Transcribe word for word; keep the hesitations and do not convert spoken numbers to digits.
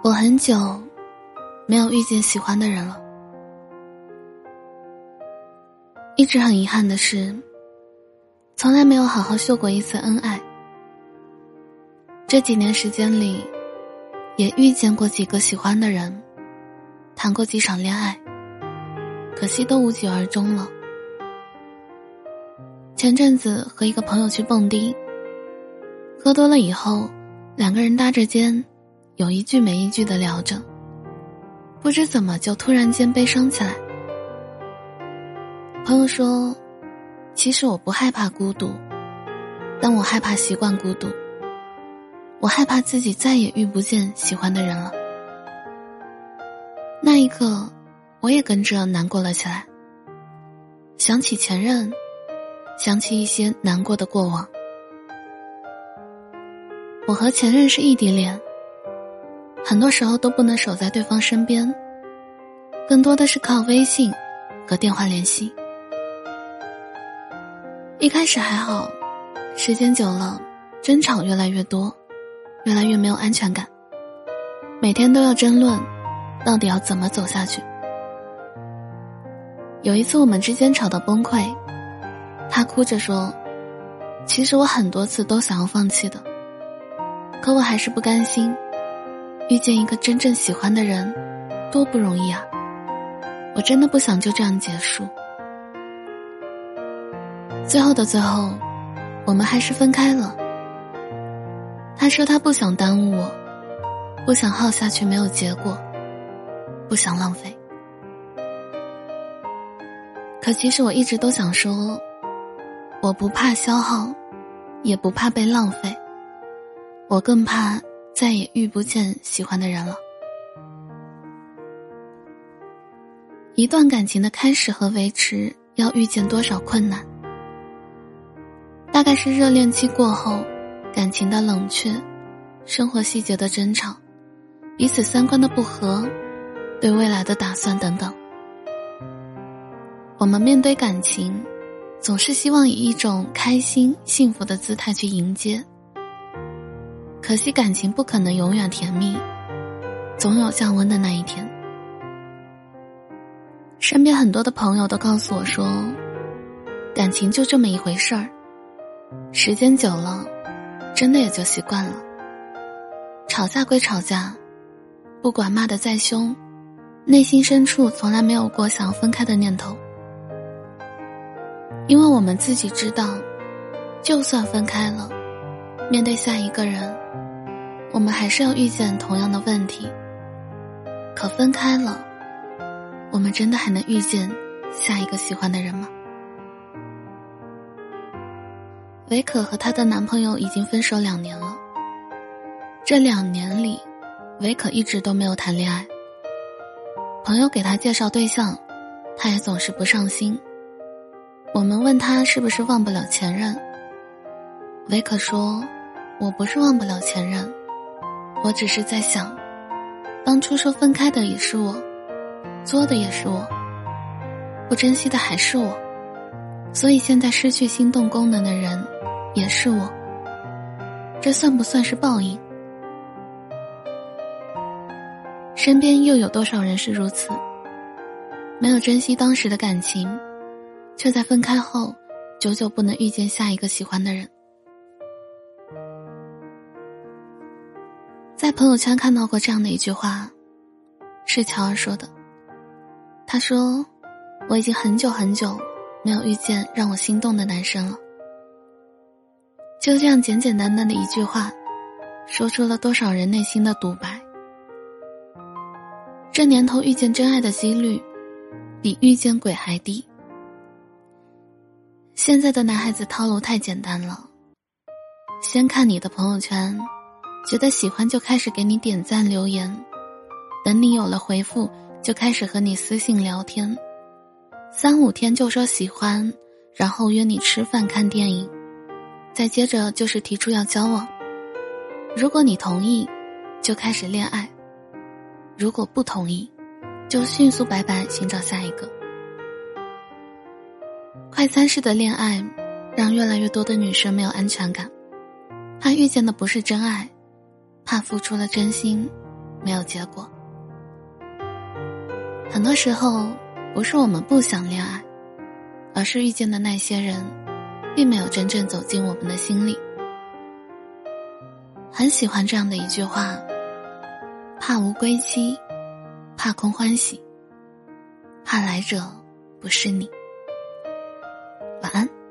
我很久没有遇见喜欢的人了。一直很遗憾的是，从来没有好好秀过一次恩爱。这几年时间里，也遇见过几个喜欢的人，谈过几场恋爱，可惜都无疾而终了。前阵子和一个朋友去蹦迪，喝多了以后，两个人搭着肩，有一句没一句地聊着，不知怎么就突然间悲伤起来。朋友说，其实我不害怕孤独，但我害怕习惯孤独，我害怕自己再也遇不见喜欢的人了。那一刻，我也跟着难过了起来，想起前任，想起一些难过的过往。我和前任是异地恋，很多时候都不能守在对方身边，更多的是靠微信和电话联系。一开始还好，时间久了，争吵越来越多，越来越没有安全感，每天都要争论到底要怎么走下去。有一次我们之间吵到崩溃，他哭着说，其实我很多次都想要放弃的，可我还是不甘心，遇见一个真正喜欢的人多不容易啊，我真的不想就这样结束。最后的最后，我们还是分开了。他说他不想耽误我，不想耗下去没有结果，不想浪费。可其实我一直都想说，我不怕消耗，也不怕被浪费，我更怕再也遇不见喜欢的人了。一段感情的开始和维持要遇见多少困难？大概是热恋期过后，感情的冷却，生活细节的争吵，彼此三观的不合，对未来的打算等等。我们面对感情，总是希望以一种开心幸福的姿态去迎接，可惜感情不可能永远甜蜜，总有降温的那一天。身边很多的朋友都告诉我说，感情就这么一回事儿，时间久了真的也就习惯了，吵架归吵架，不管骂得再凶，内心深处从来没有过想要分开的念头。因为我们自己知道，就算分开了，面对下一个人，我们还是要遇见同样的问题。可分开了，我们真的还能遇见下一个喜欢的人吗？维可和她的男朋友已经分手两年了，这两年里，维可一直都没有谈恋爱。朋友给她介绍对象，她也总是不上心。我们问她是不是忘不了前任，维可说，我不是忘不了前任，我只是在想，当初说分开的也是我，作的也是我，不珍惜的还是我，所以现在失去心动功能的人也是我，这算不算是报应？身边又有多少人是如此，没有珍惜当时的感情，却在分开后久久不能遇见下一个喜欢的人。在朋友圈看到过这样的一句话，是乔儿说的，他说，我已经很久很久没有遇见让我心动的男生了。就这样简简单单的一句话，说出了多少人内心的独白。这年头遇见真爱的几率比遇见鬼还低。现在的男孩子套路太简单了，先看你的朋友圈，觉得喜欢就开始给你点赞留言，等你有了回复就开始和你私信聊天，三五天就说喜欢，然后约你吃饭看电影，再接着就是提出要交往，如果你同意就开始恋爱，如果不同意就迅速拜拜寻找下一个。快餐式的恋爱让越来越多的女生没有安全感，怕遇见的不是真爱，怕付出了真心没有结果。很多时候不是我们不想恋爱，而是遇见的那些人并没有真正走进我们的心里。很喜欢这样的一句话，怕无归期，怕空欢喜，怕来者不是你。晚安。